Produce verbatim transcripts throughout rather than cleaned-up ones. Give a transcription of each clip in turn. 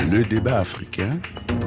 Le débat africain,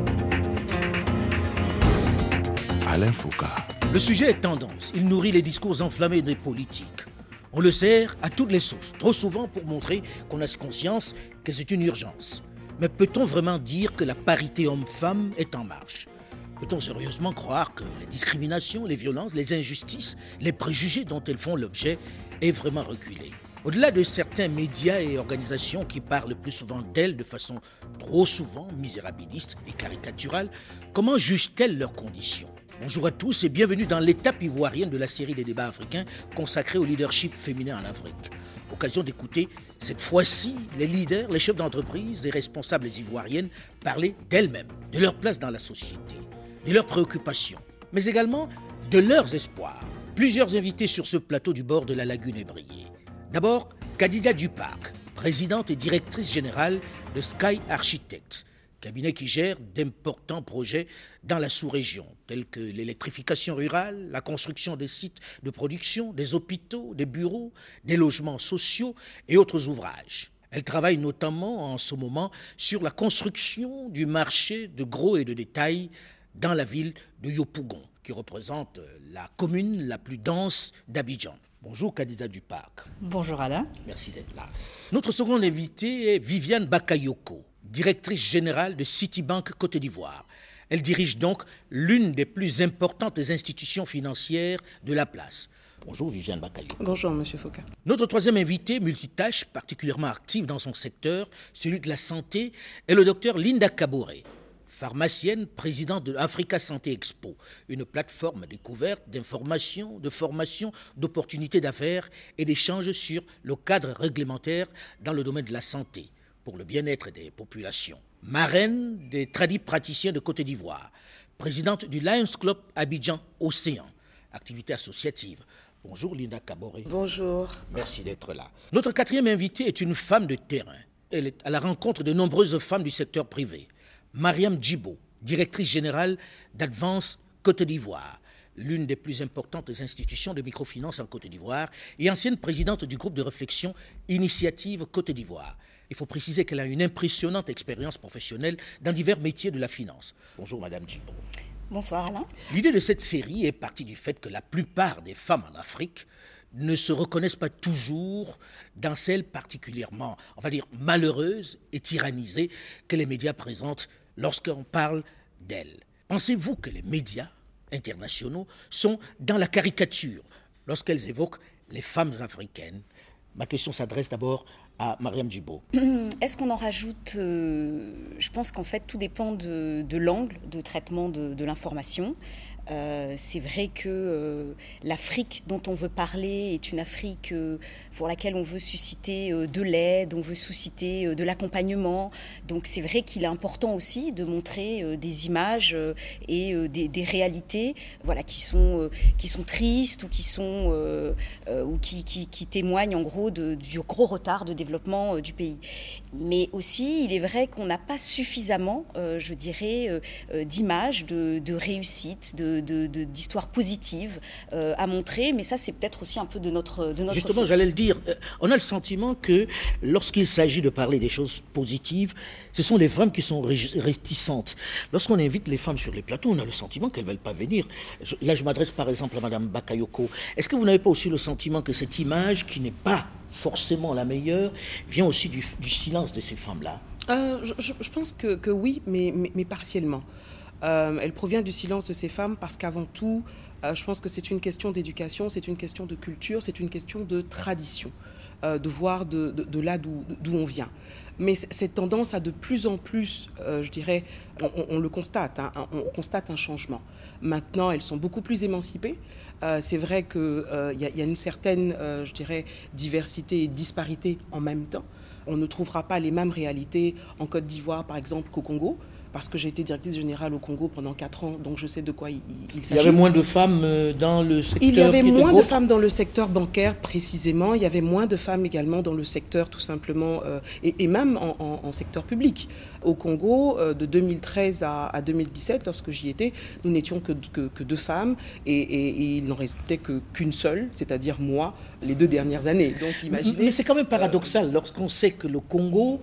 Alain Foucault. Le sujet est tendance. Il nourrit les discours enflammés des politiques. On le sert à toutes les sauces, trop souvent pour montrer qu'on a conscience que c'est une urgence. Mais peut-on vraiment dire que la parité homme-femme est en marche ? Peut-on sérieusement croire que les discriminations, les violences, les injustices, les préjugés dont elles font l'objet aient vraiment reculé ? Au-delà de certains médias et organisations qui parlent plus souvent d'elles de façon trop souvent misérabiliste et caricaturale, comment jugent-elles leurs conditions ? Bonjour à tous et bienvenue dans l'étape ivoirienne de la série des débats africains consacrée au leadership féminin en Afrique. Occasion d'écouter cette fois-ci les leaders, les chefs d'entreprise et responsables ivoiriennes parler d'elles-mêmes, de leur place dans la société, de leurs préoccupations, mais également de leurs espoirs. Plusieurs invités sur ce plateau du bord de la lagune ébriée. D'abord, Kadija Duparc, présidente et directrice générale de Sky Architects, cabinet qui gère d'importants projets dans la sous-région, tels que l'électrification rurale, la construction des sites de production, des hôpitaux, des bureaux, des logements sociaux et autres ouvrages. Elle travaille notamment en ce moment sur la construction du marché de gros et de détail dans la ville de Yopougon, qui représente la commune la plus dense d'Abidjan. Bonjour Kadija Duparc. Bonjour Alain. Merci d'être là. Notre seconde invitée est Viviane Bakayoko, directrice générale de Citibank Côte d'Ivoire. Elle dirige donc l'une des plus importantes institutions financières de la place. Bonjour Viviane Bakayoko. Bonjour Monsieur Foucault. Notre troisième invitée, multitâche, particulièrement active dans son secteur, celui de la santé, est le docteur Linda Kaboré, pharmacienne, présidente de Africa Santé Expo, une plateforme découverte d'information, de formation, d'opportunités d'affaires et d'échanges sur le cadre réglementaire dans le domaine de la santé pour le bien-être des populations. Marraine des tradis praticiens de Côte d'Ivoire, présidente du Lions Club Abidjan Océan, activité associative. Bonjour Linda Kaboré. Bonjour. Merci d'être là. Notre quatrième invitée est une femme de terrain. Elle est à la rencontre de nombreuses femmes du secteur privé. Mariam Djibo, directrice générale d'Advance Côte d'Ivoire, l'une des plus importantes institutions de microfinance en Côte d'Ivoire et ancienne présidente du groupe de réflexion Initiative Côte d'Ivoire. Il faut préciser qu'elle a une impressionnante expérience professionnelle dans divers métiers de la finance. Bonjour Madame Djibo. Bonsoir Alain. L'idée de cette série est partie du fait que la plupart des femmes en Afrique ne se reconnaissent pas toujours dans celles particulièrement, on va dire, malheureuses et tyrannisées que les médias présentent lorsqu'on parle d'elles. Pensez-vous que les médias internationaux sont dans la caricature lorsqu'elles évoquent les femmes africaines ? Ma question s'adresse d'abord à Mariam Djibo. Est-ce qu'on en rajoute euh, Je pense qu'en fait, tout dépend de, de l'angle de traitement de, de l'information. Euh, c'est vrai que euh, l'Afrique dont on veut parler est une Afrique euh, pour laquelle on veut susciter euh, de l'aide, on veut susciter euh, de l'accompagnement. Donc c'est vrai qu'il est important aussi de montrer euh, des images euh, et euh, des, des réalités, voilà, qui sont euh, qui sont tristes ou qui sont euh, euh, ou qui, qui, qui témoignent en gros de, du gros retard de développement euh, du pays. Mais aussi, il est vrai qu'on n'a pas suffisamment, euh, je dirais, euh, euh, d'images de, de réussite, de De, de, d'histoires positives euh, à montrer, mais ça c'est peut-être aussi un peu de notre de notre Justement, faute. j'allais le dire, euh, on a le sentiment que lorsqu'il s'agit de parler des choses positives, ce sont les femmes qui sont ré- réticentes. Lorsqu'on invite les femmes sur les plateaux, on a le sentiment qu'elles ne veulent pas venir. Je, là, je m'adresse par exemple à Madame Bakayoko. Est-ce que vous n'avez pas aussi le sentiment que cette image, qui n'est pas forcément la meilleure, vient aussi du, du silence de ces femmes-là ? euh, je, je, je pense que, que oui, mais, mais, mais partiellement. Euh, elle provient du silence de ces femmes parce qu'avant tout, euh, je pense que c'est une question d'éducation, c'est une question de culture, c'est une question de tradition, euh, de voir de, de, de là d'où, d'où on vient. Mais cette tendance a de plus en plus, euh, je dirais, on, on le constate, hein, on constate un changement. Maintenant, elles sont beaucoup plus émancipées. Euh, c'est vrai qu'il euh, y, y a une certaine, euh, je dirais, diversité et disparité en même temps. On ne trouvera pas les mêmes réalités en Côte d'Ivoire, par exemple, qu'au Congo. Parce que j'ai été directrice générale au Congo pendant quatre ans, donc je sais de quoi il, il s'agit. Il y avait moins de femmes dans le secteur Il y avait qui moins de de femmes dans le secteur bancaire, précisément. Il y avait moins de femmes également dans le secteur, tout simplement, euh, et, et même en, en, en secteur public. Au Congo, euh, de deux mille treize à, à deux mille dix-sept, lorsque j'y étais, nous n'étions que, que, que deux femmes, et, et, et il n'en restait que, qu'une seule, c'est-à-dire moi, les deux dernières années. Donc, imaginez... Mais c'est quand même paradoxal, lorsqu'on sait que le Congo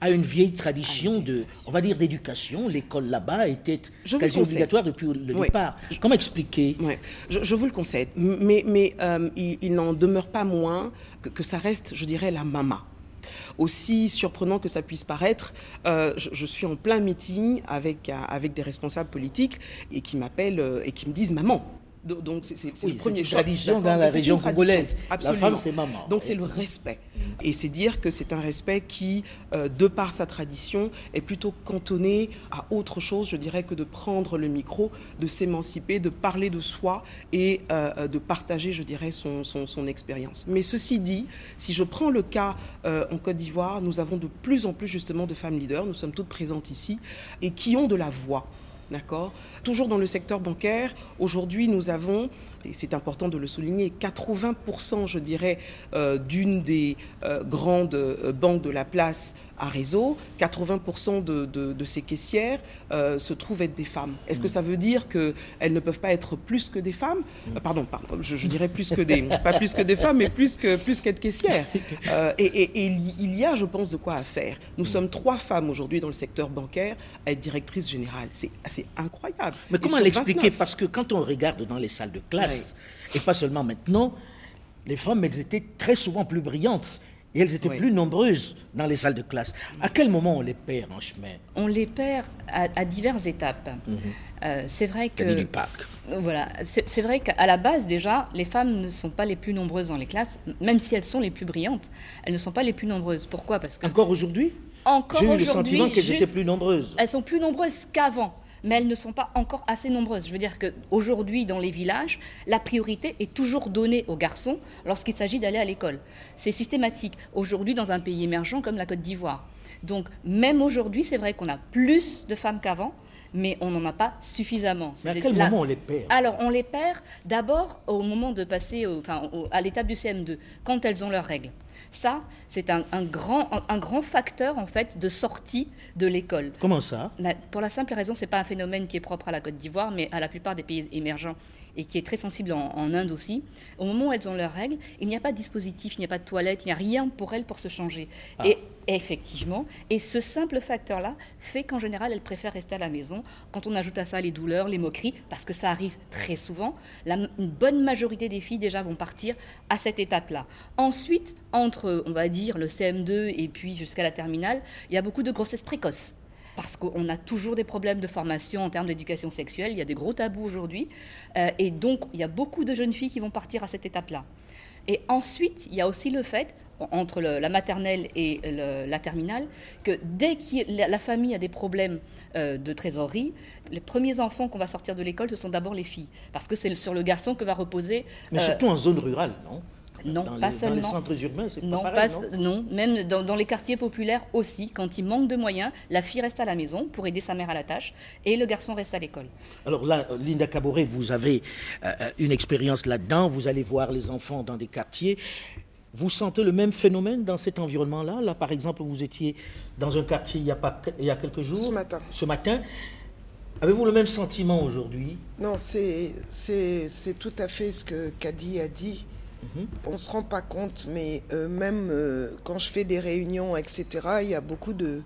à une vieille tradition de, on va dire, d'éducation. L'école là-bas était Je quasi obligatoire depuis le oui. départ. Comment expliquer? Oui, je, je vous le concède, mais, mais euh, il, il n'en demeure pas moins que, que ça reste, je dirais, la mama. Aussi surprenant que ça puisse paraître, euh, je, je suis en plein meeting avec, avec des responsables politiques et qui m'appellent euh, et qui me disent « maman ». Donc c'est, c'est, c'est oui, le premier c'est une tradition dans la c'est région congolaise. Absolument. La femme, c'est maman. Donc c'est le respect. Et c'est dire que c'est un respect qui, euh, de par sa tradition, est plutôt cantonné à autre chose, je dirais, que de prendre le micro, de s'émanciper, de parler de soi et euh, de partager, je dirais, son, son, son expérience. Mais ceci dit, si je prends le cas euh, en Côte d'Ivoire, nous avons de plus en plus justement de femmes leaders, nous sommes toutes présentes ici, et qui ont de la voix. D'accord. Toujours dans le secteur bancaire, aujourd'hui nous avons, et c'est important de le souligner, quatre-vingts pour cent, je dirais, euh, d'une des euh, grandes euh, banques de la place à réseau, quatre-vingts pour cent de, de, de ces caissières euh, se trouvent être des femmes. Est-ce que ça veut dire qu'elles ne peuvent pas être plus que des femmes ? euh, Pardon, pardon je, je dirais plus que des, pas plus que des femmes, mais plus, que, plus qu'être caissière. Euh, et, et, et il y a, je pense, de quoi à faire. Nous sommes trois femmes aujourd'hui dans le secteur bancaire à être directrices générales. C'est assez incroyable. Mais comment l'expliquer ? Parce que quand on regarde dans les salles de classe, oui. et pas seulement maintenant, les femmes, elles étaient très souvent plus brillantes. Et elles étaient oui. plus nombreuses dans les salles de classe. À quel moment on les perd en chemin ? On les perd à, à diverses étapes. Mmh. Euh, c'est vrai que... Cadet du parc. Voilà. C'est, c'est vrai qu'à la base, déjà, les femmes ne sont pas les plus nombreuses dans les classes, même si elles sont les plus brillantes. Elles ne sont pas les plus nombreuses. Pourquoi ? Parce que... Encore aujourd'hui ? Encore J'ai eu aujourd'hui, le sentiment qu'elles juste... étaient plus nombreuses. Elles sont plus nombreuses qu'avant. Mais elles ne sont pas encore assez nombreuses. Je veux dire qu'aujourd'hui, dans les villages, la priorité est toujours donnée aux garçons lorsqu'il s'agit d'aller à l'école. C'est systématique. Aujourd'hui, dans un pays émergent comme la Côte d'Ivoire. Donc, même aujourd'hui, c'est vrai qu'on a plus de femmes qu'avant, mais on n'en a pas suffisamment. Mais à quel la... moment on les perd ? Alors, on les perd d'abord au moment de passer au, enfin, au, à l'étape du C M deux, quand elles ont leurs règles. Ça, c'est un, un, grand, un, un grand facteur, en fait, de sortie de l'école. Comment ça ? Bah, pour la simple raison, ce n'est pas un phénomène qui est propre à la Côte d'Ivoire, mais à la plupart des pays émergents et qui est très sensible en, en Inde aussi. Au moment où elles ont leurs règles, il n'y a pas de dispositif, il n'y a pas de toilette, il n'y a rien pour elles pour se changer. Ah. Et effectivement, et ce simple facteur-là fait qu'en général, elles préfèrent rester à la maison. Quand on ajoute à ça les douleurs, les moqueries, parce que ça arrive très souvent, la, une bonne majorité des filles déjà vont partir à cette étape-là. Ensuite, entre, on va dire, le C M deux et puis jusqu'à la terminale, il y a beaucoup de grossesses précoces. Parce qu'on a toujours des problèmes de formation en termes d'éducation sexuelle, il y a des gros tabous aujourd'hui, euh, et donc il y a beaucoup de jeunes filles qui vont partir à cette étape-là. Et ensuite, il y a aussi le fait, entre le, la maternelle et le, la terminale, que dès que la, la famille a des problèmes euh, de trésorerie, les premiers enfants qu'on va sortir de l'école, ce sont d'abord les filles, parce que c'est sur le garçon que va reposer... Mais euh, surtout en zone rurale, non ? Non, dans pas les, seulement. Dans les centres urbains, c'est non, pas pareil, pas, non, non, même dans, dans les quartiers populaires aussi, quand il manque de moyens, la fille reste à la maison pour aider sa mère à la tâche et le garçon reste à l'école. Alors là, Linda Kaboré, vous avez euh, une expérience là-dedans, vous allez voir les enfants dans des quartiers. Vous sentez le même phénomène dans cet environnement-là ? Là, par exemple, vous étiez dans un quartier il y a, pas, il y a quelques jours. Ce matin. Ce matin. Avez-vous le même sentiment aujourd'hui ? Non, c'est, c'est, c'est tout à fait ce que Kadi a dit. Mm-hmm. On ne se rend pas compte, mais euh, même euh, quand je fais des réunions, et cetera, il y a beaucoup de,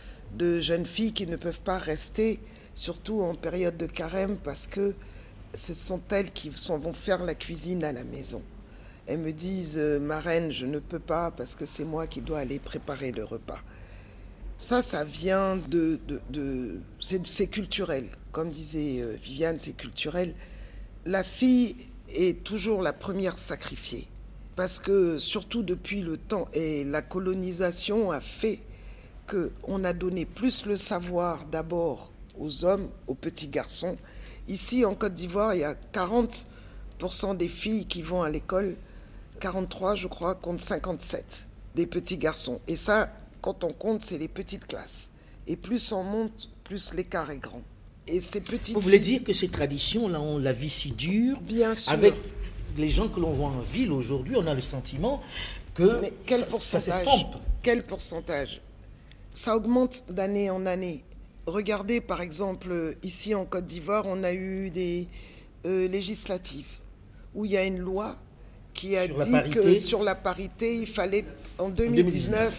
de jeunes filles qui ne peuvent pas rester, surtout en période de carême, parce que ce sont elles qui sont, vont faire la cuisine à la maison. Elles me disent euh, « Ma reine, je ne peux pas parce que c'est moi qui dois aller préparer le repas ». Ça, ça vient de... de, de c'est, c'est culturel. Comme disait euh, Viviane, c'est culturel. La fille est toujours la première sacrifiée. Parce que, surtout depuis le temps, et la colonisation a fait qu'on a donné plus le savoir d'abord aux hommes, aux petits garçons. Ici, en Côte d'Ivoire, il y a quarante pour cent des filles qui vont à l'école, quarante-trois, je crois, contre cinquante-sept des petits garçons. Et ça, quand on compte, c'est les petites classes. Et plus on monte, plus l'écart est grand. Et ces petites Vous voulez filles... dire que ces traditions-là ont la vie si dure ? Bien sûr. Avec les gens que l'on voit en ville aujourd'hui, on a le sentiment que Mais quel ça, pourcentage, ça s'estompe. Quel pourcentage ? Ça augmente d'année en année. Regardez, par exemple, ici en Côte d'Ivoire, on a eu des euh, législatives où il y a une loi qui a sur dit que sur la parité, il fallait, en deux mille dix-neuf,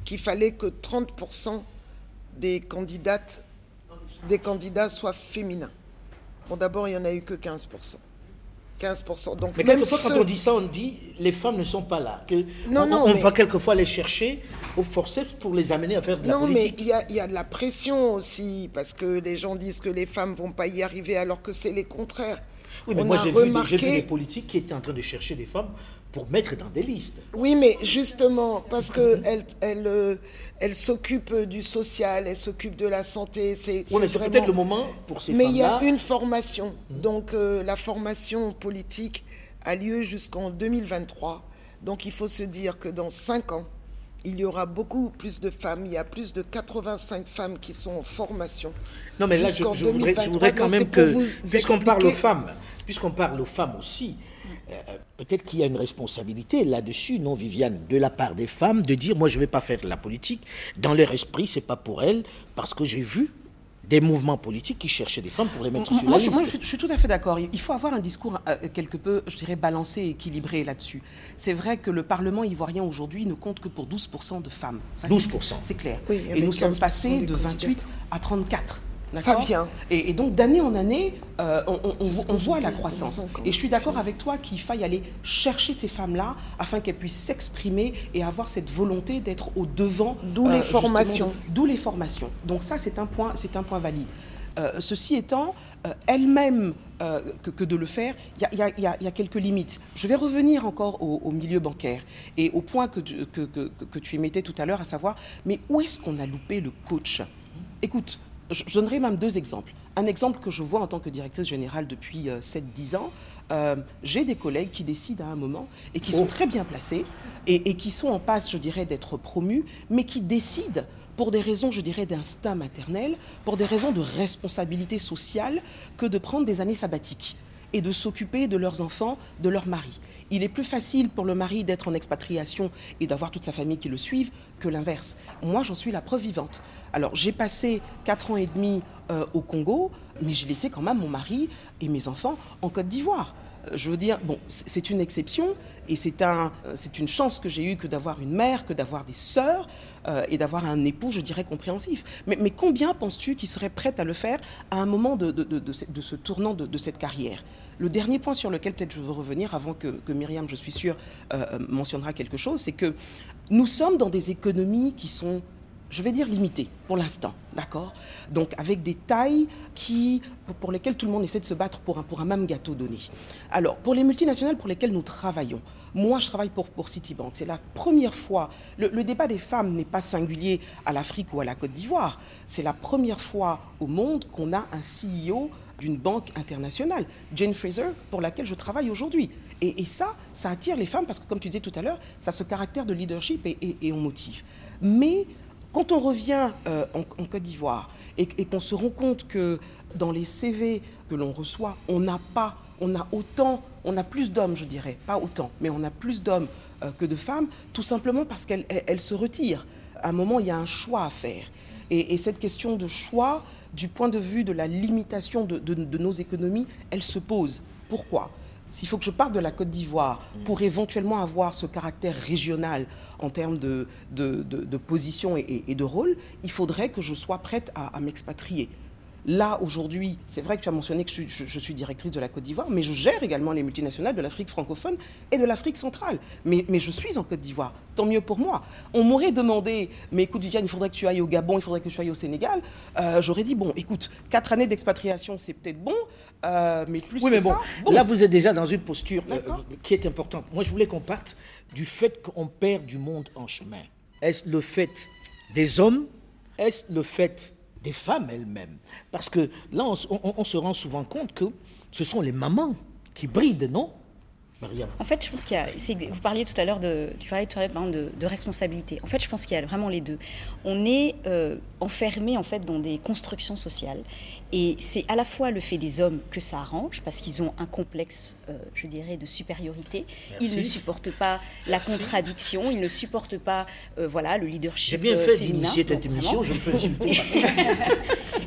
qu'il fallait que trente pour cent des candidates, des candidats soient féminins. Bon, d'abord, il n'y en a eu que quinze pour cent. quinze pour cent. Donc, mais même quelquefois, ceux... quand on dit ça, on dit les femmes ne sont pas là. Que non, on non, on mais... va quelquefois les chercher au forceps pour les amener à faire de la non, politique. Non, mais il y, y a de la pression aussi, parce que les gens disent que les femmes ne vont pas y arriver, alors que c'est les contraires. Oui, mais on moi, a j'ai remarqué... vu, vu des politiques qui étaient en train de chercher des femmes pour mettre dans des listes. Oui, mais justement, parce qu'elle elle, elle, elle s'occupe du social, elle s'occupe de la santé. C'est oui, mais c'est vraiment... peut-être le moment pour ces mais femmes-là. Mais il y a une formation. Mmh. Donc, euh, la formation politique a lieu jusqu'en deux mille vingt-trois. Donc, il faut se dire que dans cinq ans, il y aura beaucoup plus de femmes. Il y a plus de quatre-vingt-cinq femmes qui sont en formation. Non, mais là, je, je, voudrais, je voudrais quand même que, puisqu'on parle aux femmes, puisqu'on parle aux femmes aussi, euh, peut-être qu'il y a une responsabilité là-dessus, non, Viviane, de la part des femmes, de dire, moi, je ne vais pas faire de la politique. Dans leur esprit, ce n'est pas pour elles, parce que j'ai vu des mouvements politiques qui cherchaient des femmes pour les mettre moi, sur la je, liste. Moi, je, je suis tout à fait d'accord. Il faut avoir un discours euh, quelque peu, je dirais, balancé et équilibré là-dessus. C'est vrai que le Parlement ivoirien aujourd'hui ne compte que pour douze pour cent de femmes. Ça, douze pour cent. C'est clair. Oui, et nous sommes passés de vingt-huit à trente-quatre. Ça vient. Et, et donc, d'année en année, euh, on, on, on, on voit la croissance. Et je suis d'accord avec toi qu'il faille aller chercher ces femmes-là afin qu'elles puissent s'exprimer et avoir cette volonté d'être au devant. D'où euh, les formations. D'où les formations. Donc ça, c'est un point, c'est un point valide. Euh, ceci étant, euh, elle-même, euh, que, que de le faire, il y, y, y, y a quelques limites. Je vais revenir encore au, au milieu bancaire et au point que, que, que, que tu émettais tout à l'heure, à savoir, mais où est-ce qu'on a loupé le coach ? Écoute, je, je donnerai même deux exemples. Un exemple que je vois en tant que directrice générale depuis euh, sept dix ans, euh, j'ai des collègues qui décident à un moment et qui sont oh. très bien placés et, et qui sont en passe, je dirais, d'être promus, mais qui décident pour des raisons, je dirais, d'instinct maternel, pour des raisons de responsabilité sociale, que de prendre des années sabbatiques et de s'occuper de leurs enfants, de leur mari. Il est plus facile pour le mari d'être en expatriation et d'avoir toute sa famille qui le suive que l'inverse. Moi, j'en suis la preuve vivante. Alors, j'ai passé quatre ans et demi euh, au Congo, mais j'ai laissé quand même mon mari et mes enfants en Côte d'Ivoire. Je veux dire, bon, c'est une exception et c'est un, c'est une chance que j'ai eue que d'avoir une mère, que d'avoir des sœurs euh, et d'avoir un époux, je dirais, compréhensif. Mais, mais combien penses-tu qu'ils seraient prêts à le faire à un moment de, de, de, de, de ce tournant de, de cette carrière ? Le dernier point sur lequel peut-être je veux revenir avant que, que Myriam, je suis sûre, euh, mentionnera quelque chose, c'est que nous sommes dans des économies qui sont, je vais dire, limitées pour l'instant, d'accord ? Donc avec des tailles qui, pour lesquelles tout le monde essaie de se battre pour un, pour un même gâteau donné. Alors, pour les multinationales pour lesquelles nous travaillons, moi je travaille pour, pour Citibank, c'est la première fois, le, le débat des femmes n'est pas singulier à l'Afrique ou à la Côte d'Ivoire, c'est la première fois au monde qu'on a un C E O d'une banque internationale, Jane Fraser, pour laquelle je travaille aujourd'hui. Et, et ça, ça attire les femmes parce que, comme tu disais tout à l'heure, ça a ce caractère de leadership et, et, et on motive. Mais quand on revient euh, en, en Côte d'Ivoire et, et qu'on se rend compte que dans les C V que l'on reçoit, on n'a pas, on a autant, on a plus d'hommes, je dirais, pas autant, mais on a plus d'hommes euh, que de femmes, tout simplement parce qu'elles elles, elles se retirent. À un moment, il y a un choix à faire. Et, et cette question de choix, du point de vue de la limitation de, de, de nos économies, elle se pose. Pourquoi ? S'il faut que je parte de la Côte d'Ivoire pour éventuellement avoir ce caractère régional en termes de, de, de, de position et, et de rôle, il faudrait que je sois prête à, à m'expatrier. Là, aujourd'hui, c'est vrai que tu as mentionné que je, je, je suis directrice de la Côte d'Ivoire, mais je gère également les multinationales de l'Afrique francophone et de l'Afrique centrale. Mais, mais je suis en Côte d'Ivoire, tant mieux pour moi. On m'aurait demandé, mais écoute Viviane, il faudrait que tu ailles au Gabon, il faudrait que tu ailles au Sénégal. Euh, j'aurais dit, bon, écoute, quatre années d'expatriation, c'est peut-être bon, euh, mais plus oui, que mais bon, ça... Bon. Là, vous êtes déjà dans une posture euh, qui est importante. Moi, je voulais qu'on parte du fait qu'on perd du monde en chemin. Est-ce le fait des hommes ? Est-ce le fait des femmes elles-mêmes? Parce que là, on, on, on se rend souvent compte que ce sont les mamans qui brident, non, Myriam? En fait, je pense qu'il y a... C'est, vous parliez tout à l'heure de, tu parlais tout à l'heure de, de responsabilité. En fait, je pense qu'il y a vraiment les deux. On est euh, enfermé en fait dans des constructions sociales. Et c'est à la fois le fait des hommes que ça arrange, parce qu'ils ont un complexe, euh, je dirais, de supériorité. Merci. Ils ne supportent pas la Merci. contradiction, ils ne supportent pas euh, voilà, le leadership féminin. J'ai bien fait d'initier cette émission, je me fais insulter.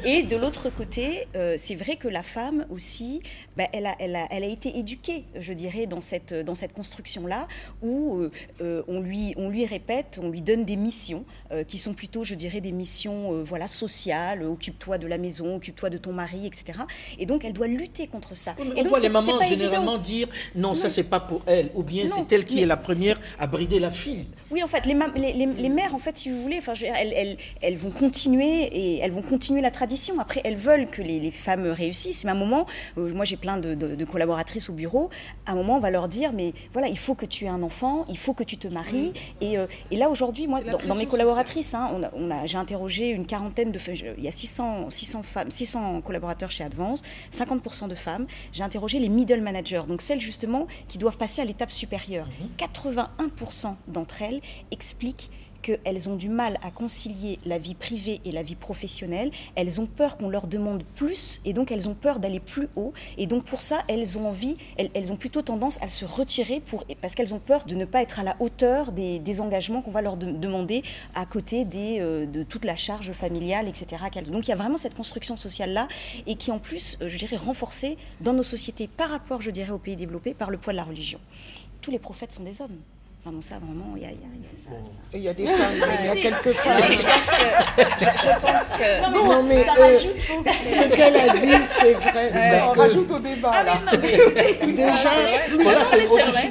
Et de l'autre côté, euh, c'est vrai que la femme aussi, bah, elle, a, elle, a, elle a été éduquée, je dirais, dans cette, dans cette construction-là, où euh, on, lui, on lui répète, on lui donne des missions, euh, qui sont plutôt, je dirais, des missions euh, voilà, sociales, occupe-toi de la maison, occupe-toi de ton mari, et cetera. Et donc, elle doit lutter contre ça. Oui, et on donc, voit les mamans évident. généralement dire non, non, ça c'est pas pour elle, ou bien c'est elle qui est la première à brider la fille. Oui, en fait, les, les, les, les mères, en fait, si vous voulez, enfin, je veux dire, elles, elles, elles vont continuer et elles vont continuer la tradition. Après, elles veulent que les, les femmes réussissent. Mais à un moment, euh, moi j'ai plein de, de, de collaboratrices au bureau, à un moment on va leur dire, mais voilà, il faut que tu aies un enfant, il faut que tu te maries. Oui. Et, euh, et là aujourd'hui, moi, dans, dans mes collaboratrices, hein, on a, on a, j'ai interrogé une quarantaine de femmes, il y a six cents, six cents, femmes, six cents collaborateurs chez Advance, cinquante pour cent de femmes. J'ai interrogé les middle managers, donc celles justement qui doivent passer à l'étape supérieure. Mmh. quatre-vingt-un pour cent d'entre elles expliquent qu'elles ont du mal à concilier la vie privée et la vie professionnelle. Elles ont peur qu'on leur demande plus et donc elles ont peur d'aller plus haut. Et donc pour ça, elles ont envie, elles, elles ont plutôt tendance à se retirer pour, parce qu'elles ont peur de ne pas être à la hauteur des, des engagements qu'on va leur de, demander à côté des, euh, de toute la charge familiale, et cetera. Donc il y a vraiment cette construction sociale-là et qui en plus, je dirais, renforcée dans nos sociétés par rapport, je dirais, aux pays développés par le poids de la religion. Tous les prophètes sont des hommes. Enfin, bon, ça, vraiment, il y a, il y a, il y a ça. Il y a des femmes, il y a quelques femmes. Je pense que... Je, je pense que non, mais, non, mais ça, ça euh, rajoute, je pense, ce qu'elle a dit, c'est vrai. Euh, parce on que... rajoute au débat, ah, là. Mais non, mais... Déjà, plus, voilà, c'est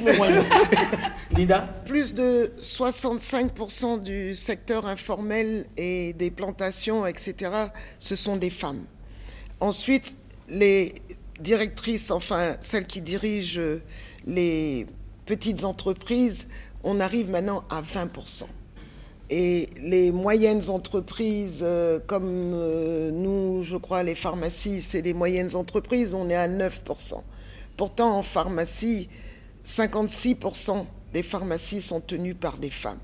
c'est Linda, plus de soixante-cinq pour cent du secteur informel et des plantations, et cetera, ce sont des femmes. Ensuite, les directrices, enfin, celles qui dirigent les petites entreprises, on arrive maintenant à vingt pour cent. Et les moyennes entreprises, euh, comme euh, nous, je crois, les pharmacies, c'est les moyennes entreprises, on est à neuf pour cent. Pourtant, en pharmacie, cinquante-six pour cent des pharmacies sont tenues par des femmes.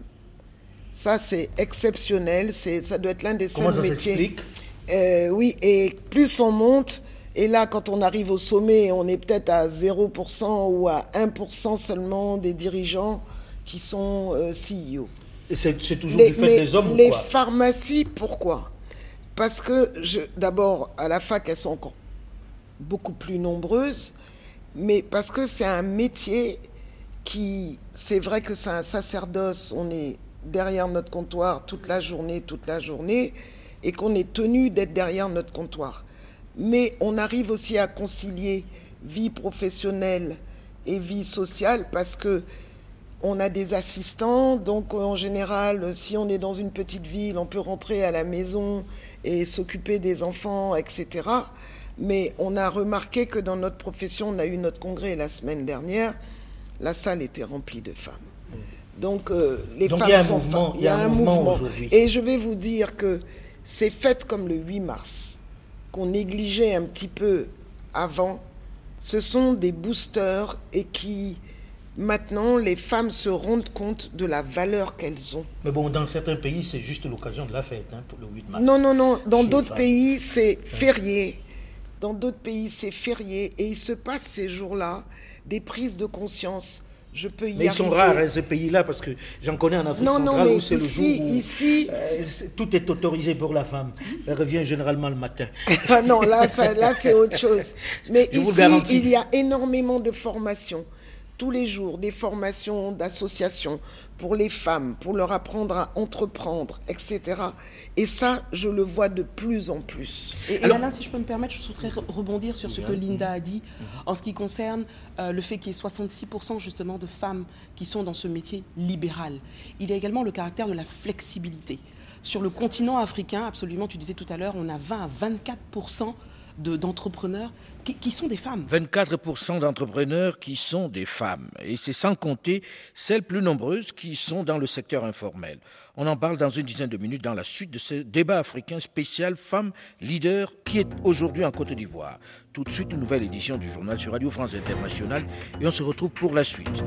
Ça, c'est exceptionnel, c'est, ça doit être l'un des Comment seuls ça métiers. S'explique ? Euh, oui, et plus on monte, et là, quand on arrive au sommet, on est peut-être à zéro pour cent ou à un pour cent seulement des dirigeants qui sont euh, C E O. Et c'est, c'est toujours les, du fait des hommes ou les quoi ? pharmacies, pourquoi ? Parce que, je, d'abord, à la fac, elles sont encore beaucoup plus nombreuses, mais parce que c'est un métier qui... C'est vrai que c'est un sacerdoce, on est derrière notre comptoir toute la journée, toute la journée, et qu'on est tenu d'être derrière notre comptoir. Mais on arrive aussi à concilier vie professionnelle et vie sociale parce que on a des assistants, donc en général, si on est dans une petite ville, on peut rentrer à la maison et s'occuper des enfants, et cetera. Mais on a remarqué que dans notre profession, on a eu notre congrès la semaine dernière, la salle était remplie de femmes. Donc euh, les donc, femmes il y a un sont mouvement, il y a un mouvement, mouvement. Aujourd'hui. Et je vais vous dire que c'est fait comme le huit mars. Qu'on négligeait un petit peu avant, ce sont des boosters et qui, maintenant, les femmes se rendent compte de la valeur qu'elles ont. Mais bon, dans certains pays, c'est juste l'occasion de la fête, hein, pour le huit mars. Non, non, non. Dans d'autres pays, c'est férié. Dans d'autres pays, c'est férié. Et il se passe ces jours-là des prises de conscience. Je peux y mais arriver. Ils sont rares, hein, ces pays-là, parce que j'en connais en Afrique non, centrale non, où c'est ici, le jour où ici, euh, tout est autorisé pour la femme. Elle revient généralement le matin. Ah non, là, ça, là c'est autre chose. Mais Je ici, il y a énormément de formations. Tous les jours, des formations d'associations pour les femmes, pour leur apprendre à entreprendre, et cetera. Et ça, je le vois de plus en plus. Et, et Alors, Alain, si je peux me permettre, je souhaiterais rebondir sur ce que Linda a dit en ce qui concerne euh, le fait qu'il y ait soixante-six pour cent justement de femmes qui sont dans ce métier libéral. Il y a également le caractère de la flexibilité. Sur le continent africain, absolument, tu disais tout à l'heure, on a vingt à vingt-quatre pour cent De, d'entrepreneurs qui, qui sont des femmes. vingt-quatre pour cent d'entrepreneurs qui sont des femmes. Et c'est sans compter celles plus nombreuses qui sont dans le secteur informel. On en parle dans une dizaine de minutes dans la suite de ce débat africain spécial Femmes Leaders qui est aujourd'hui en Côte d'Ivoire. Tout de suite, une nouvelle édition du journal sur Radio France Internationale et on se retrouve pour la suite.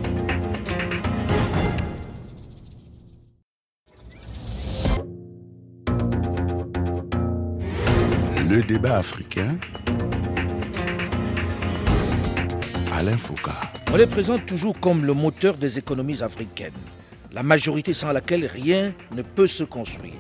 Le débat africain, Alain Foucault. On les présente toujours comme le moteur des économies africaines, la majorité sans laquelle rien ne peut se construire.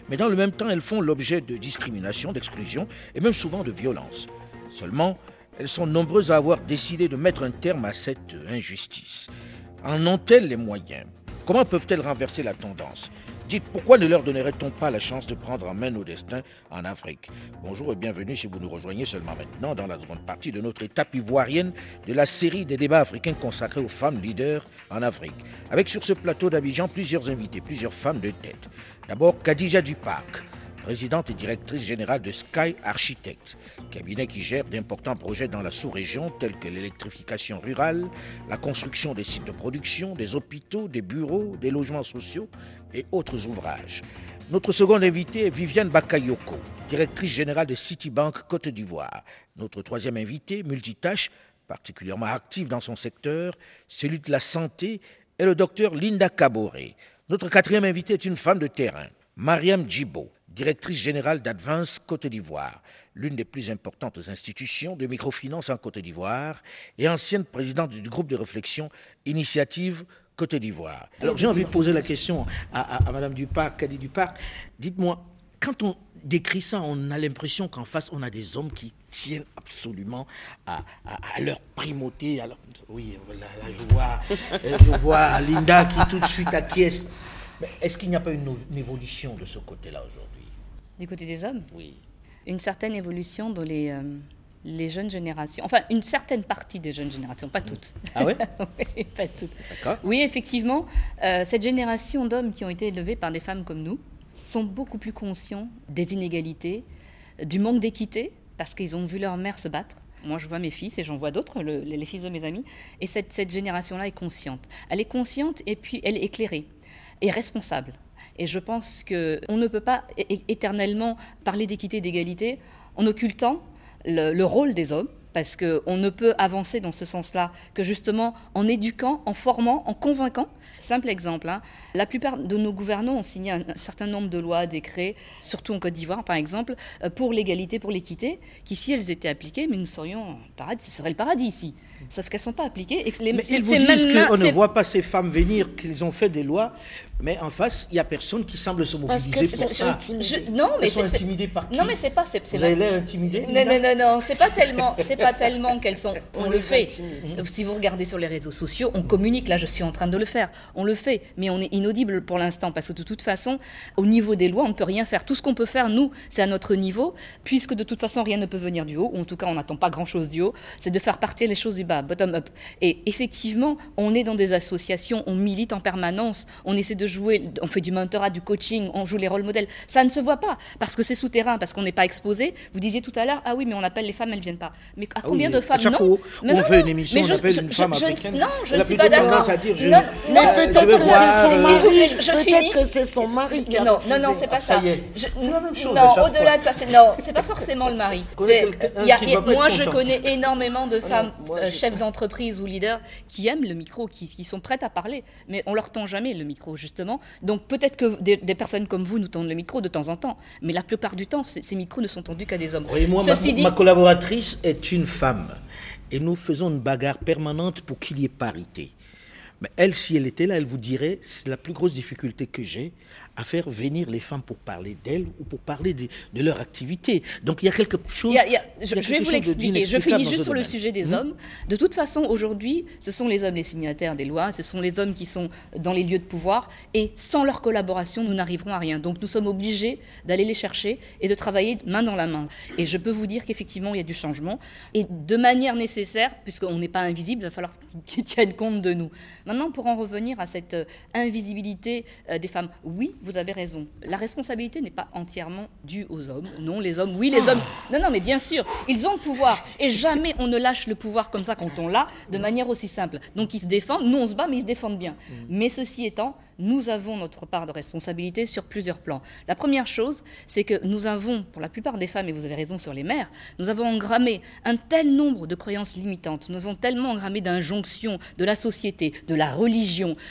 mais dans le même temps, elles font l'objet de discrimination, d'exclusion et même souvent de violence. Seulement, elles sont nombreuses à avoir décidé de mettre un terme à cette injustice. En ont-elles les moyens? Comment peuvent-elles renverser la tendance? Dites, pourquoi ne leur donnerait-on pas la chance de prendre en main nos destins en Afrique? Bonjour et bienvenue si vous nous rejoignez seulement maintenant dans la seconde partie de notre étape ivoirienne de la série des débats africains consacrés aux femmes leaders en Afrique. Avec sur ce plateau d'Abidjan plusieurs invités, plusieurs femmes de tête. D'abord, Khadija Duparc, présidente et directrice générale de Sky Architects, cabinet qui gère d'importants projets dans la sous-région tels que l'électrification rurale, la construction des sites de production, des hôpitaux, des bureaux, des logements sociaux et autres ouvrages. Notre seconde invitée est Viviane Bakayoko, directrice générale de Citibank Côte d'Ivoire. Notre troisième invitée, multitâche, particulièrement active dans son secteur, celui de la santé, est le docteur Linda Kaboré. Notre quatrième invitée est une femme de terrain, Mariam Djibo, directrice générale d'Advance Côte d'Ivoire, l'une des plus importantes institutions de microfinance en Côte d'Ivoire et ancienne présidente du groupe de réflexion Initiative Côte d'Ivoire. Alors j'ai envie de poser la question à, à, à Mme Duparc, Khady Duparc. Dites-moi, quand on décrit ça, on a l'impression qu'en face, on a des hommes qui tiennent absolument à, à, à leur primauté. Alors, oui, là, là, je, vois, je vois Linda qui tout de suite acquiesce. Mais est-ce qu'il n'y a pas une, une évolution de ce côté-là aujourd'hui? Du côté des hommes? Oui. Une certaine évolution dans les, euh, les jeunes générations. Enfin, une certaine partie des jeunes générations, pas toutes. Ah ouais? Oui, pas toutes. D'accord. Oui, effectivement, euh, cette génération d'hommes qui ont été élevés par des femmes comme nous sont beaucoup plus conscients des inégalités, du manque d'équité, parce qu'ils ont vu leur mère se battre. Moi, je vois mes fils et j'en vois d'autres, le, les fils de mes amis. Et cette, cette génération-là est consciente. Elle est consciente et puis elle est éclairée et responsable. Et je pense qu'on ne peut pas é- éternellement parler d'équité et d'égalité en occultant le, le rôle des hommes, parce qu'on ne peut avancer dans ce sens-là que justement en éduquant, en formant, en convainquant. Simple exemple, hein, la plupart de nos gouvernants ont signé un, un certain nombre de lois, décrets, surtout en Côte d'Ivoire par exemple, pour l'égalité, pour l'équité, qui si elles étaient appliquées, mais nous serions, paradis, ce serait le paradis ici. Sauf qu'elles ne sont pas appliquées. Et que les, mais c'est, ils vous c'est disent même qu'on c'est... ne voit pas ces femmes venir, qu'ils ont fait des lois, mais en face, il n'y a personne qui semble se mobiliser Parce qu'elles pour sont ça. intimidées. Je, non, mais Elles sont c'est, intimidées par qui? non, mais c'est pas. C'est, c'est Vous avez l'air intimidée? Non, non, non, non, c'est pas tellement, c'est pas tellement qu'elles sont. On, On le les fait. intimide. Si vous regardez sur les réseaux sociaux, on communique. Là, je suis en train de le faire. On le fait, mais on est inaudible pour l'instant parce que de toute façon, au niveau des lois, on ne peut rien faire. Tout ce qu'on peut faire, nous, c'est à notre niveau, puisque de toute façon, rien ne peut venir du haut, ou en tout cas, on n'attend pas grand-chose du haut. C'est de faire partir les choses du bas, bottom up. Et effectivement, on est dans des associations, on milite en permanence, on essaie de jouer, on fait du mentorat, du coaching, on joue les rôles modèles. Ça ne se voit pas parce que c'est souterrain, parce qu'on n'est pas exposé. Vous disiez tout à l'heure, ah oui, mais on appelle les femmes, elles ne viennent pas. Mais à Ah combien oui, de à femmes chaque non fois où mais on non, fait non. une émission, Mais on je- appelle je- une je- femme je ne- africaine. Non, je Elle ne a suis plutôt pas d'accord. tendance à dire, je- Non, Mais non, peut-être je veux que voir, c'est son euh, mari. je- je finis. Peut-être que c'est son mari qui a Non, refusé. non, non, c'est pas Ça ça. y est. Je- C'est la même chose à non, chaque au-delà fois. de ça, c'est non, c'est pas forcément le mari. Connais C'est- quelqu'un il y a- qui il y a- va pas être moi, je content. connais énormément de femmes, moi, euh, je- chefs d'entreprise ou leaders, qui aiment le micro, qui, qui sont prêtes à parler, mais on leur tend jamais le micro justement. Donc peut-être que des, des personnes comme vous nous tendent le micro de temps en temps, mais la plupart du temps, c- ces micros ne sont tendus qu'à des hommes. Voyez-moi, ma, Ceci dit, ma collaboratrice est une femme et nous faisons une bagarre permanente pour qu'il y ait parité. Mais elle, si elle était là, elle vous dirait, c'est la plus grosse difficulté que j'ai à faire venir les femmes pour parler d'elles ou pour parler de, de leur activité. Donc il y a quelque chose... Il y a- il y a- il y je, a je quelque vais vous chose de- l'expliquer. Je d'inexplicable finis dans juste ce sur le domaine. sujet des Hmm. hommes. De toute façon, aujourd'hui, ce sont les hommes les signataires des lois, ce sont les hommes qui sont dans les lieux de pouvoir, et sans leur collaboration, nous n'arriverons à rien. Donc nous sommes obligés d'aller les chercher et de travailler main dans la main. Et je peux vous dire qu'effectivement, il y a du changement, et de manière nécessaire, puisqu'on n'est pas invisible, il va falloir qu'ils tiennent compte de nous. Maintenant, pour en revenir à cette euh, invisibilité euh, des femmes, oui, vous avez raison. La responsabilité n'est pas entièrement due aux hommes. Non, les hommes, oui, les hommes. Non, non, mais bien sûr, ils ont le pouvoir. Et jamais on ne lâche le pouvoir comme ça quand on l'a, de manière aussi simple. Donc ils se défendent. Nous, on se bat, mais ils se défendent bien. Mais ceci étant, nous avons notre part de responsabilité sur plusieurs plans. La première chose, c'est que nous avons, pour la plupart des femmes, et vous avez raison sur les mères, nous avons engrammé un tel nombre de croyances limitantes, nous avons tellement engrammé d'injonctions de la société, de la religion,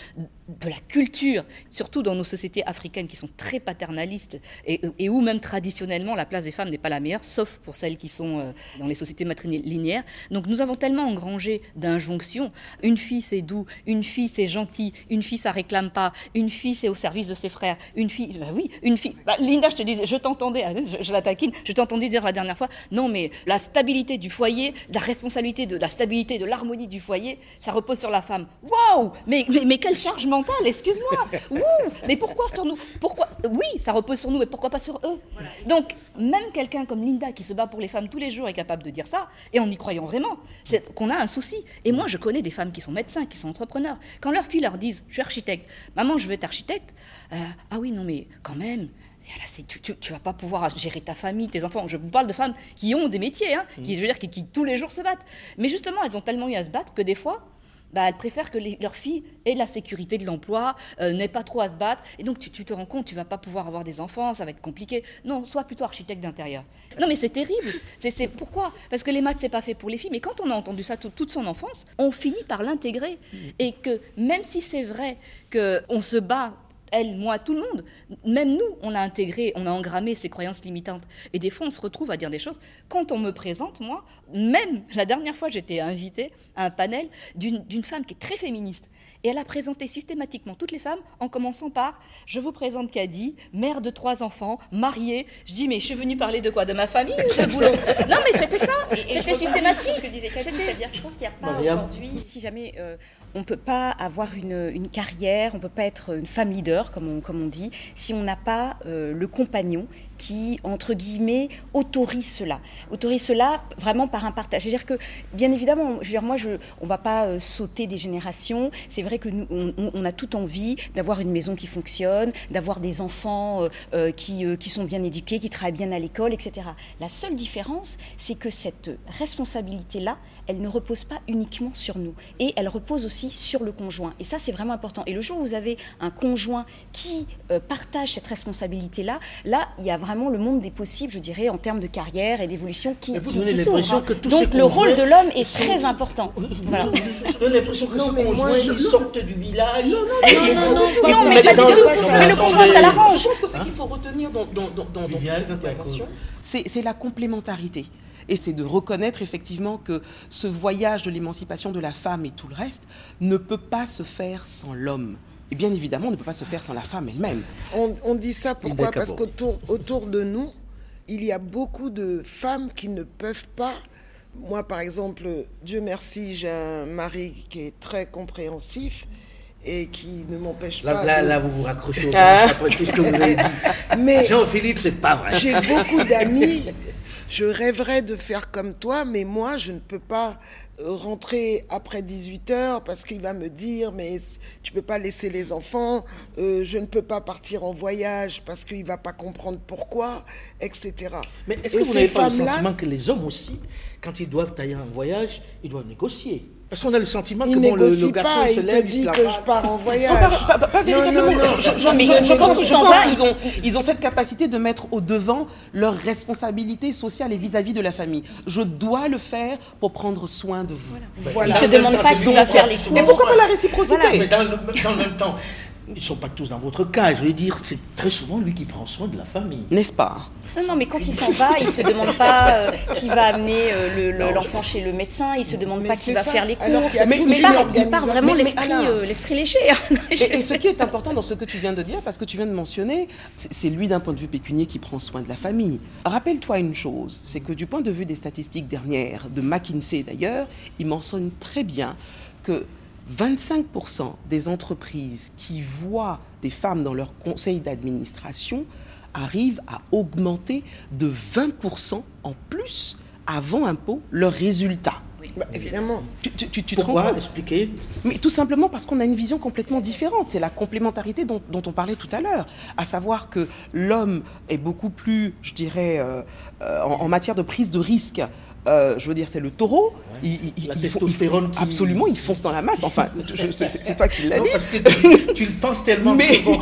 de la culture, surtout dans nos sociétés africaines qui sont très paternalistes et, et où même traditionnellement la place des femmes n'est pas la meilleure, sauf pour celles qui sont euh, dans les sociétés matrilinéaires. Donc nous avons tellement engrangé d'injonctions. Une fille c'est doux, une fille c'est gentil, une fille ça réclame pas, une fille c'est au service de ses frères, une fille, bah oui, une fille. Bah, Linda, je te disais, je t'entendais, je, je la taquine, je t'entendais dire la dernière fois, non mais la stabilité du foyer, la responsabilité de la stabilité, de l'harmonie du foyer, ça repose sur la femme. Waouh, mais, mais mais quelle charge mentale, excuse-moi. Ouh, mais pourquoi sur nous? Pourquoi? Oui, ça repose sur nous, mais pourquoi pas sur eux? Voilà. Donc, même quelqu'un comme Linda qui se bat pour les femmes tous les jours est capable de dire ça, et en y croyant vraiment, c'est qu'on a un souci. Et moi, je connais des femmes qui sont médecins, qui sont entrepreneurs. Quand leurs filles leur disent, je suis architecte, maman, je veux être architecte, euh, ah oui, non, mais quand même, là, c'est, tu, tu, tu vas pas pouvoir gérer ta famille, tes enfants. Je vous parle de femmes qui ont des métiers, hein, qui, je veux dire, qui, qui tous les jours se battent. Mais justement, elles ont tellement eu à se battre que des fois, bah, elles préfèrent que les, leur fille ait la sécurité de l'emploi, euh, n'ait pas trop à se battre. Et donc, tu, tu te rends compte, tu ne vas pas pouvoir avoir des enfants, ça va être compliqué. Non, sois plutôt architecte d'intérieur. Non, mais c'est terrible. C'est, c'est, pourquoi? Parce que les maths, ce n'est pas fait pour les filles. Mais quand on a entendu ça tout, toute son enfance, on finit par l'intégrer. Et que même si c'est vrai qu'on se bat, elle, moi, tout le monde, même nous, on a intégré, on a engrammé ces croyances limitantes. Et des fois, on se retrouve à dire des choses. Quand on me présente, moi, même la dernière fois, j'étais invitée à un panel d'une, d'une femme qui est très féministe. Et elle a présenté systématiquement toutes les femmes en commençant par « Je vous présente Kadi, mère de trois enfants, mariée. » Je dis « Mais je suis venue parler de quoi? De ma famille ou de boulot ?» Non, mais c'était ça. Et, et c'était systématique. Ce que disait Kadi, c'est-à-dire je pense qu'il n'y a pas Mariam. Aujourd'hui, si jamais euh, on ne peut pas avoir une, une carrière, on ne peut pas être une femme leader, comme on, comme on dit, si on n'a pas euh, le compagnon qui, entre guillemets, autorise cela. Autorise cela vraiment par un partage. C'est-à-dire que, bien évidemment, je veux dire, moi, je, on ne va pas euh, sauter des générations. C'est vrai que nous, on, on a toute envie d'avoir une maison qui fonctionne, d'avoir des enfants euh, euh, qui, euh, qui sont bien éduqués, qui travaillent bien à l'école, et cetera. La seule différence, c'est que cette responsabilité-là, elle ne repose pas uniquement sur nous. Et elle repose aussi sur le conjoint. Et ça, c'est vraiment important. Et le jour où vous avez un conjoint qui euh, partage cette responsabilité-là, là, il y a vraiment le monde des possibles, je dirais, en termes de carrière et d'évolution qui, vous qui, donnez qui l'impression s'ouvre. que tous Donc ces le rôle de l'homme est sont... très important. Voilà. Je donne l'impression que non, ces mais conjoints, moi, je... ils sortent du village. Non, non, non, non, non, non, mais pas du tout. Mais le conjoint, ça l'arrange. Je pense que ce qu'il faut retenir dans, dans, dans, dans, dans ces interventions, c'est, c'est la complémentarité. Et c'est de reconnaître effectivement que ce voyage de l'émancipation de la femme et tout le reste ne peut pas se faire sans l'homme. Et bien évidemment, on ne peut pas se faire sans la femme elle-même. On, on dit ça pourquoi? Parce qu'autour autour de nous, il y a beaucoup de femmes qui ne peuvent pas. Moi, par exemple, Dieu merci, j'ai un mari qui est très compréhensif et qui ne m'empêche là, pas... Là, de... là, vous vous raccrochez au ah. après tout ce que vous avez dit. Mais Jean-Philippe, c'est pas vrai. J'ai beaucoup d'amis... Je rêverais de faire comme toi, mais moi, je ne peux pas rentrer après dix-huit heures parce qu'il va me dire, mais tu ne peux pas laisser les enfants, euh, je ne peux pas partir en voyage parce qu'il ne va pas comprendre pourquoi, et cetera. Mais est-ce que Et vous n'avez pas le sentiment que les hommes aussi, quand ils doivent aller en voyage, ils doivent négocier? Parce qu'on a le sentiment il que bon, le, le garçon pas, se lève, il te dit que je pars en voyage. Pas, pas, pas, pas non, non, non. Je, je, je, mais je, je pense, je pense qu'ils ont, ils ont cette capacité de mettre au devant leurs responsabilités sociales et vis-à-vis de la famille. Je dois le faire pour prendre soin de vous. Voilà. Voilà. Ils ne se demandent pas qui va faire les cours. Et pourquoi pas la réciprocité? Voilà. Mais dans le, dans le même temps, ils ne sont pas tous dans votre cas. Je veux dire, c'est très souvent lui qui prend soin de la famille. N'est-ce pas? Non, non, mais quand il s'en va, il ne se demande pas euh, qui va amener euh, le, le, l'enfant chez le médecin, il ne se demande mais pas qui va ça. faire les courses. Mais il, part, il part vraiment mais, l'esprit, euh, l'esprit léger. et, et ce qui est important dans ce que tu viens de dire, parce que tu viens de mentionner, c'est, c'est lui d'un point de vue pécunier qui prend soin de la famille. Rappelle-toi une chose, c'est que du point de vue des statistiques dernières, de McKinsey d'ailleurs, il mentionne très bien que vingt-cinq pour cent des entreprises qui voient des femmes dans leur conseil d'administration arrivent à augmenter de vingt pour cent en plus avant impôt leurs résultats. Oui. Bah, évidemment. Tu, tu, tu, tu Pourquoi te rends expliquer? Mais tout simplement parce qu'on a une vision complètement différente. C'est la complémentarité dont, dont on parlait tout à l'heure. À savoir que l'homme est beaucoup plus, je dirais, euh, euh, en, en matière de prise de risque. Euh, je veux dire, c'est le taureau. Ouais. Il, il, la il testostérone qui... Absolument, il fonce dans la masse. Enfin, je, c'est, c'est toi qui l'as non, dit. Parce que tu, tu le penses tellement mais, bon.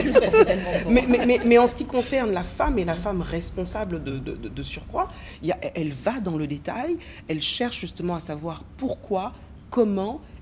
mais, mais, mais, mais en ce qui concerne la femme et la femme responsable de, de, de, de surcroît, il y a, elle va dans le détail, elle cherche justement à savoir pourquoi, comment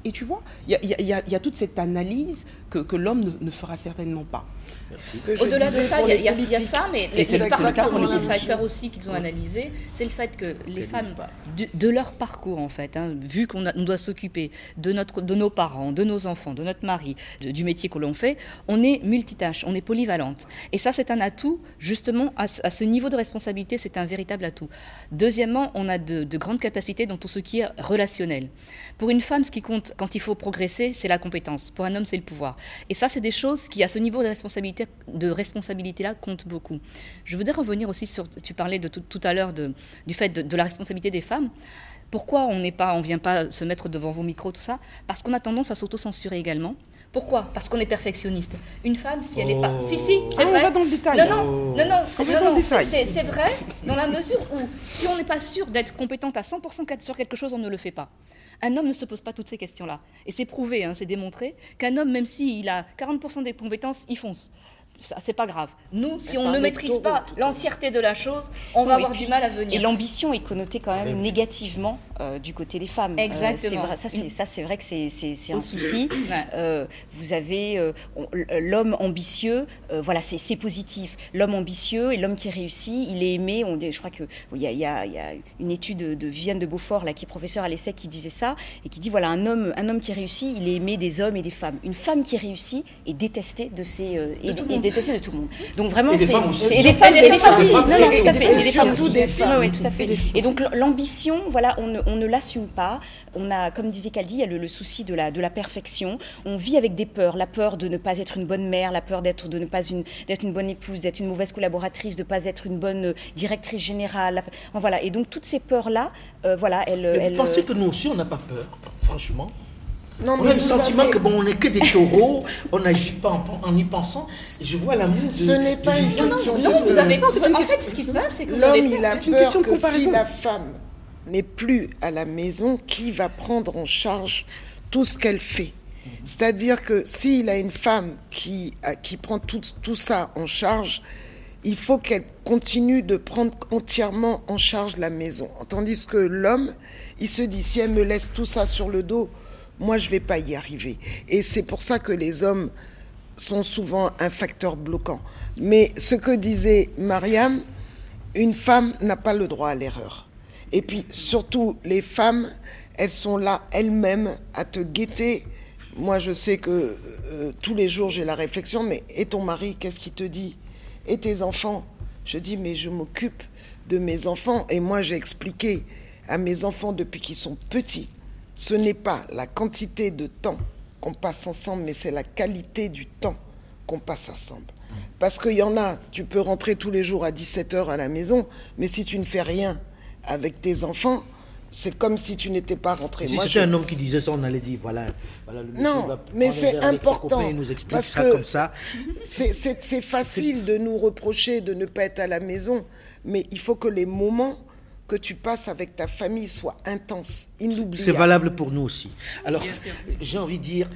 Et tu vois, il y, y, y, y a toute cette analyse que, que l'homme ne, ne fera certainement pas. Au-delà de ça, il y, y, y a ça, mais et c'est le cas pour les facteurs aussi qu'ils ont analysés, c'est le fait que les femmes, de, de leur parcours en fait, hein, vu qu'on a, on doit s'occuper de, notre, de nos parents, de nos enfants, de notre mari, de, du métier que l'on fait, on est multitâche, on est polyvalente. Et ça, c'est un atout, justement, à, à ce niveau de responsabilité, c'est un véritable atout. Deuxièmement, on a de, de grandes capacités dans tout ce qui est relationnel. Pour une femme, ce qui compte quand il faut progresser, c'est la compétence. Pour un homme, c'est le pouvoir. Et ça, c'est des choses qui, à ce niveau de responsabilité, de responsabilité-là, comptent beaucoup. Je voudrais revenir aussi sur, tu parlais de tout, tout à l'heure de, du fait de, de la responsabilité des femmes. Pourquoi on n'est pas, on vient pas se mettre devant vos micros, tout ça? Parce qu'on a tendance à s'auto-censurer également. Pourquoi? Parce qu'on est perfectionniste. Une femme, si elle n'est pas... Si, si, c'est ah, vrai. On va dans le détail. Non, non, non, non, c'est, non, non, c'est, c'est, c'est vrai dans la mesure où, si on n'est pas sûr d'être compétente à cent pour cent sur quelque chose, on ne le fait pas. Un homme ne se pose pas toutes ces questions-là. Et c'est prouvé, hein, c'est démontré, qu'un homme, même s'il a quarante pour cent des compétences, il fonce. Ça, c'est pas grave. Nous, si on ne maîtrise pas l'entièreté de la chose, on va avoir du mal à venir. Et l'ambition est connotée quand même négativement euh, du côté des femmes. Exactement. Euh, c'est vrai, ça, c'est, ça, c'est vrai que c'est, c'est, c'est un souci. Ouais. Euh, vous avez euh, on, l'homme ambitieux, euh, voilà, c'est, c'est positif. L'homme ambitieux et l'homme qui réussit, il est aimé. On, je crois qu'il y, y, y a une étude de Viviane de Beaufort, là, qui est professeure à l'ESSEC, qui disait ça, et qui dit, voilà, un homme, un homme qui réussit, il est aimé des hommes et des femmes. Une femme qui réussit est détestée de ses... Euh, et, et détestée de tout le monde. Donc vraiment, c'est... Et les femmes, les femmes aussi. Non, non, tout à fait. Et les femmes aussi. Oui, tout à fait. Et donc l'ambition, voilà, on ne, on ne l'assume pas. On a, comme disait Kaldi, il y a le, le souci de la, de la perfection. On vit avec des peurs. La peur de ne pas être une bonne mère, la peur d'être, de ne pas une, d'être une bonne épouse, d'être une mauvaise collaboratrice, de ne pas être une bonne directrice générale. Voilà. Et donc toutes ces peurs-là, euh, voilà, elles... Mais elles vous pensez que nous aussi, on n'a pas peur, franchement? Non, on a le sentiment avez... que bon, on n'est que des taureaux, on n'agit pas en, en y pensant. Je vois l'amour de... Ce n'est pas une question de... Non, vous avez... Non, c'est une en question... fait, ce qui se passe, c'est que l'homme, avez... il a c'est peur que si la femme n'est plus à la maison, qui va prendre en charge tout ce qu'elle fait? C'est-à-dire que s'il a une femme qui, qui prend tout, tout ça en charge, il faut qu'elle continue de prendre entièrement en charge la maison. Tandis que l'homme, il se dit, si elle me laisse tout ça sur le dos, moi, je ne vais pas y arriver. Et c'est pour ça que les hommes sont souvent un facteur bloquant. Mais ce que disait Mariam, une femme n'a pas le droit à l'erreur. Et puis, surtout, les femmes, elles sont là elles-mêmes à te guetter. Moi, je sais que euh, tous les jours, j'ai la réflexion, mais et ton mari, qu'est-ce qu'il te dit? Et tes enfants? Je dis, mais je m'occupe de mes enfants. Et moi, j'ai expliqué à mes enfants depuis qu'ils sont petits, ce n'est pas la quantité de temps qu'on passe ensemble, mais c'est la qualité du temps qu'on passe ensemble. Parce qu'il y en a, tu peux rentrer tous les jours à dix-sept heures à la maison, mais si tu ne fais rien avec tes enfants, c'est comme si tu n'étais pas rentré. Si Moi, c'était je... un homme qui disait ça, on allait dire, voilà, voilà le monsieur non, va mais c'est important, copains, il nous explique parce ça que comme ça. C'est, c'est, c'est facile de nous reprocher de ne pas être à la maison, mais il faut que les moments que tu passes avec ta famille soient intenses, inoubliables. C'est valable pour nous aussi. Alors, j'ai envie de dire...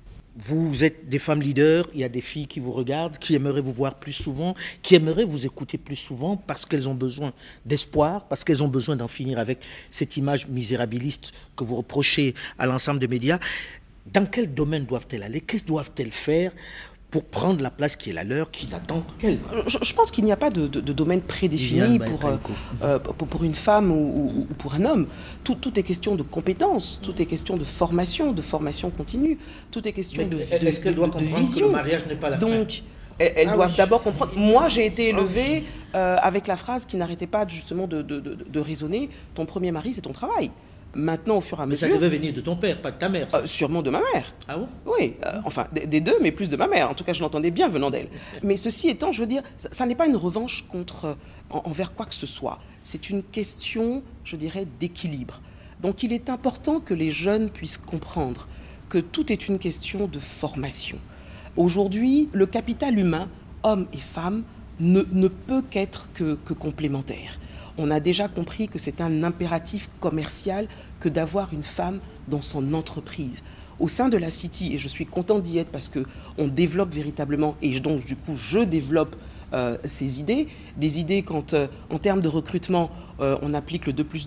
Vous êtes des femmes leaders, il y a des filles qui vous regardent, qui aimeraient vous voir plus souvent, qui aimeraient vous écouter plus souvent parce qu'elles ont besoin d'espoir, parce qu'elles ont besoin d'en finir avec cette image misérabiliste que vous reprochez à l'ensemble des médias. Dans quel domaine doivent-elles aller? Que doivent-elles faire pour prendre la place qui est la leur, qui n'attend qu'elle? Je, je pense qu'il n'y a pas de, de, de domaine prédéfini pour, euh, euh, pour, pour une femme ou, ou, ou pour un homme. Tout, tout est question de compétences, tout est question de formation, de formation continue, tout est question de, de, est-ce qu'elle doit de, comprendre de vision. Que le mariage n'est pas la Donc, fin? Elles, elles ah doivent oui. d'abord comprendre. Moi, j'ai été élevée euh, avec la phrase qui n'arrêtait pas justement de, de, de, de résonner, ton premier mari, c'est ton travail. Maintenant, au fur et à mesure... Mais ça devait venir de ton père, pas de ta mère. Euh, sûrement de ma mère. Ah bon? Oui, euh, enfin, des, des deux, mais plus de ma mère. En tout cas, je l'entendais bien venant d'elle. Mais ceci étant, je veux dire, ça, ça n'est pas une revanche contre, euh, en, envers quoi que ce soit. C'est une question, je dirais, d'équilibre. Donc, il est important que les jeunes puissent comprendre que tout est une question de formation. Aujourd'hui, le capital humain, hommes et femmes, ne, ne peut qu'être que, que complémentaire. On a déjà compris que c'est un impératif commercial que d'avoir une femme dans son entreprise. Au sein de la City, et je suis content d'y être parce qu'on développe véritablement, et donc du coup je développe euh, ces idées, des idées quand euh, en termes de recrutement euh, on applique le deux plus deux,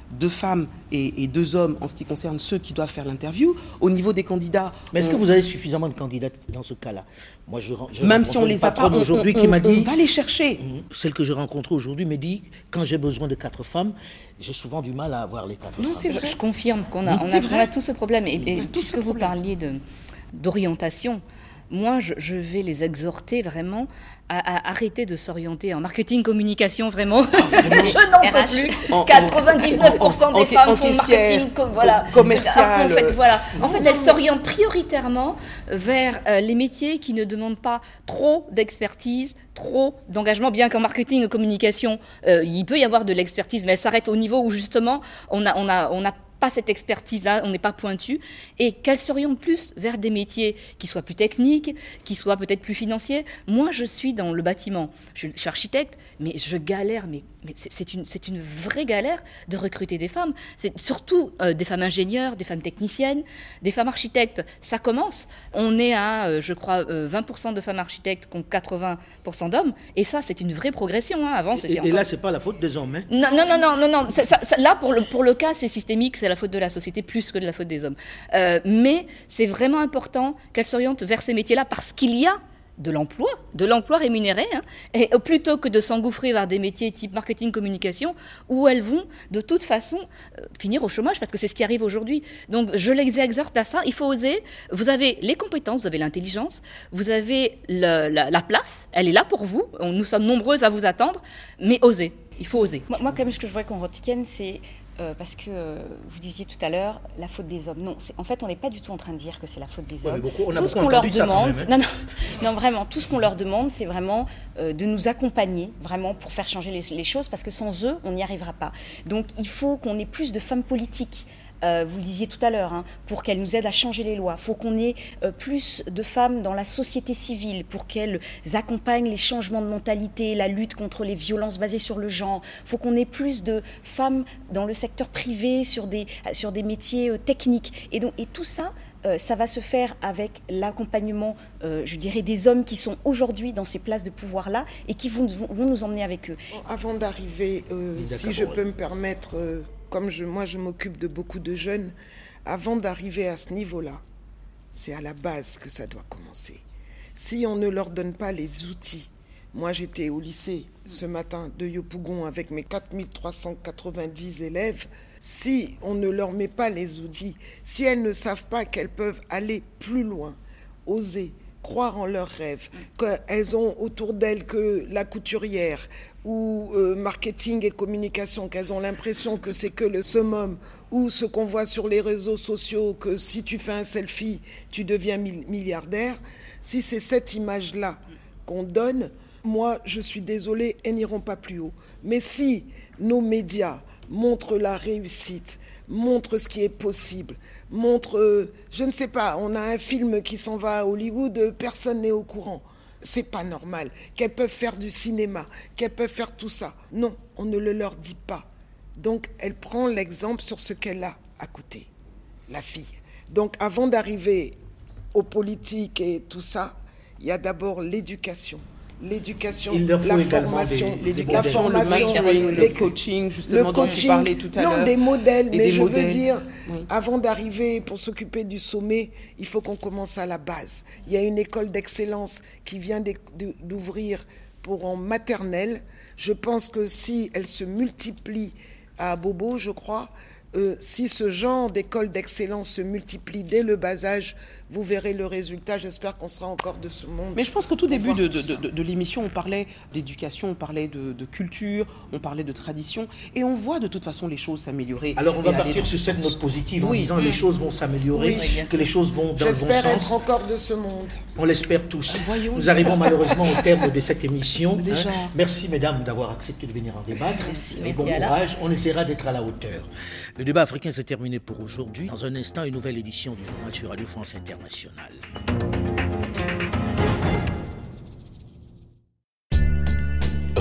deux femmes et, et deux hommes en ce qui concerne ceux qui doivent faire l'interview. Au niveau des candidats... Mais est-ce on... que vous avez suffisamment de candidats dans ce cas-là? Moi, je, je Même si on les a pas, on, aujourd'hui on, qui m'a dit, on va les chercher. Celle que j'ai rencontrée aujourd'hui me dit, quand j'ai besoin de quatre femmes, j'ai souvent du mal à avoir les quatre non, femmes. Vrai. Je, je confirme qu'on a, on a, on a tout ce problème. Et, et puisque vous parliez de, d'orientation, moi, je, je vais les exhorter vraiment à, à arrêter de s'orienter en marketing, communication, vraiment. Oh, je n'en peux plus. En, quatre-vingt-dix-neuf pour cent en, des en, femmes en font marketing com, voilà. commercial. En fait, voilà. En fait, elles s'orientent prioritairement vers euh, les métiers qui ne demandent pas trop d'expertise, trop d'engagement, bien qu'en marketing et communication, euh, il peut y avoir de l'expertise, mais elle s'arrête au niveau où justement on a, on a, on a pas cette expertise-là, on n'est pas pointu, et qu'elle s'oriente plus vers des métiers qui soient plus techniques, qui soient peut-être plus financiers. Moi, je suis dans le bâtiment, je, je suis architecte, mais je galère, mais, mais c'est, c'est, une, c'est une vraie galère de recruter des femmes. C'est surtout euh, des femmes ingénieures, des femmes techniciennes, des femmes architectes. Ça commence. On est à, euh, je crois, euh, vingt pour cent de femmes architectes contre quatre-vingts pour cent d'hommes, et ça, c'est une vraie progression. Hein. Avant, c'était et, encore... et là, c'est pas la faute des hommes. Hein. Non, non, non, non, non, non. Ça, ça, ça, là, pour le, pour le cas, c'est systémique, c'est la faute de la société plus que de la faute des hommes. Euh, mais c'est vraiment important qu'elles s'orientent vers ces métiers-là parce qu'il y a de l'emploi, de l'emploi rémunéré, hein, et plutôt que de s'engouffrer vers des métiers type marketing, communication, où elles vont de toute façon euh, finir au chômage, parce que c'est ce qui arrive aujourd'hui. Donc je les exhorte à ça, il faut oser, vous avez les compétences, vous avez l'intelligence, vous avez le, la, la place, elle est là pour vous, on, nous sommes nombreuses à vous attendre, mais osez, il faut oser. Moi, moi quand même, ce que je voudrais qu'on retienne, c'est Euh, parce que euh, vous disiez tout à l'heure la faute des hommes. Non, c'est, en fait, on n'est pas du tout en train de dire que c'est la faute des ouais, hommes. beaucoup, on a tout ce qu'on leur demande, même, hein. non, non, non, vraiment, tout ce qu'on leur demande, c'est vraiment euh, de nous accompagner, vraiment pour faire changer les, les choses, parce que sans eux, on n'y arrivera pas. Donc, il faut qu'on ait plus de femmes politiques. Euh, vous le disiez tout à l'heure, hein, pour qu'elles nous aident à changer les lois. Il faut qu'on ait euh, plus de femmes dans la société civile pour qu'elles accompagnent les changements de mentalité, la lutte contre les violences basées sur le genre. Il faut qu'on ait plus de femmes dans le secteur privé sur des, sur des métiers euh, techniques. Et, donc, et tout ça, euh, ça va se faire avec l'accompagnement, euh, je dirais, des hommes qui sont aujourd'hui dans ces places de pouvoir-là et qui vont, vont, vont nous emmener avec eux. Avant d'arriver, euh, si je peux me permettre... Euh, Comme je, moi, je m'occupe de beaucoup de jeunes, avant d'arriver à ce niveau-là, c'est à la base que ça doit commencer. Si on ne leur donne pas les outils, moi j'étais au lycée ce matin de Yopougon avec mes quatre mille trois cent quatre-vingt-dix élèves, si on ne leur met pas les outils, si elles ne savent pas qu'elles peuvent aller plus loin, oser, croire en leurs rêves, qu'elles ont autour d'elles que la couturière ou euh, marketing et communication, qu'elles ont l'impression que c'est que le summum, ou ce qu'on voit sur les réseaux sociaux, que si tu fais un selfie, tu deviens milliardaire. Si c'est cette image-là qu'on donne, moi, je suis désolée, elles n'iront pas plus haut. Mais si nos médias montrent la réussite, montrent ce qui est possible, montrent, euh, je ne sais pas, on a un film qui s'en va à Hollywood, personne n'est au courant. C'est pas normal qu'elles peuvent faire du cinéma, qu'elles peuvent faire tout ça. Non, on ne le leur dit pas. Donc, elle prend l'exemple sur ce qu'elle a à côté, la fille. Donc, avant d'arriver aux politiques et tout ça, il y a d'abord l'éducation. L'éducation, la formation, des, des la formation, le, le coaching, justement, le dont coaching, tu parlais tout à non, l'heure. des modèles, mais des je modèles. veux dire, oui. Avant d'arriver, pour s'occuper du sommet, il faut qu'on commence à la base. Il y a une école d'excellence qui vient d'ouvrir pour en maternelle. Je pense que si elle se multiplie à Bobo, je crois, euh, si ce genre d'école d'excellence se multiplie dès le bas âge, vous verrez le résultat. J'espère qu'on sera encore de ce monde. Mais je pense qu'au tout début de, de, de, de l'émission, on parlait d'éducation, on parlait de, de culture, on parlait de tradition, et on voit de toute façon les choses s'améliorer. Alors on va partir sur cette note positive en oui. disant mmh. les choses vont s'améliorer, oui, que les choses vont dans le bon sens. J'espère être encore de ce monde. On l'espère tous. Voyons. Nous arrivons malheureusement au terme de cette émission. Déjà. Hein. Merci mesdames d'avoir accepté de venir en débattre. Merci. Et bon courage, on essaiera d'être à la hauteur. Le débat africain s'est terminé pour aujourd'hui. Dans un instant, une nouvelle édition du journal sur Radio France Internationale.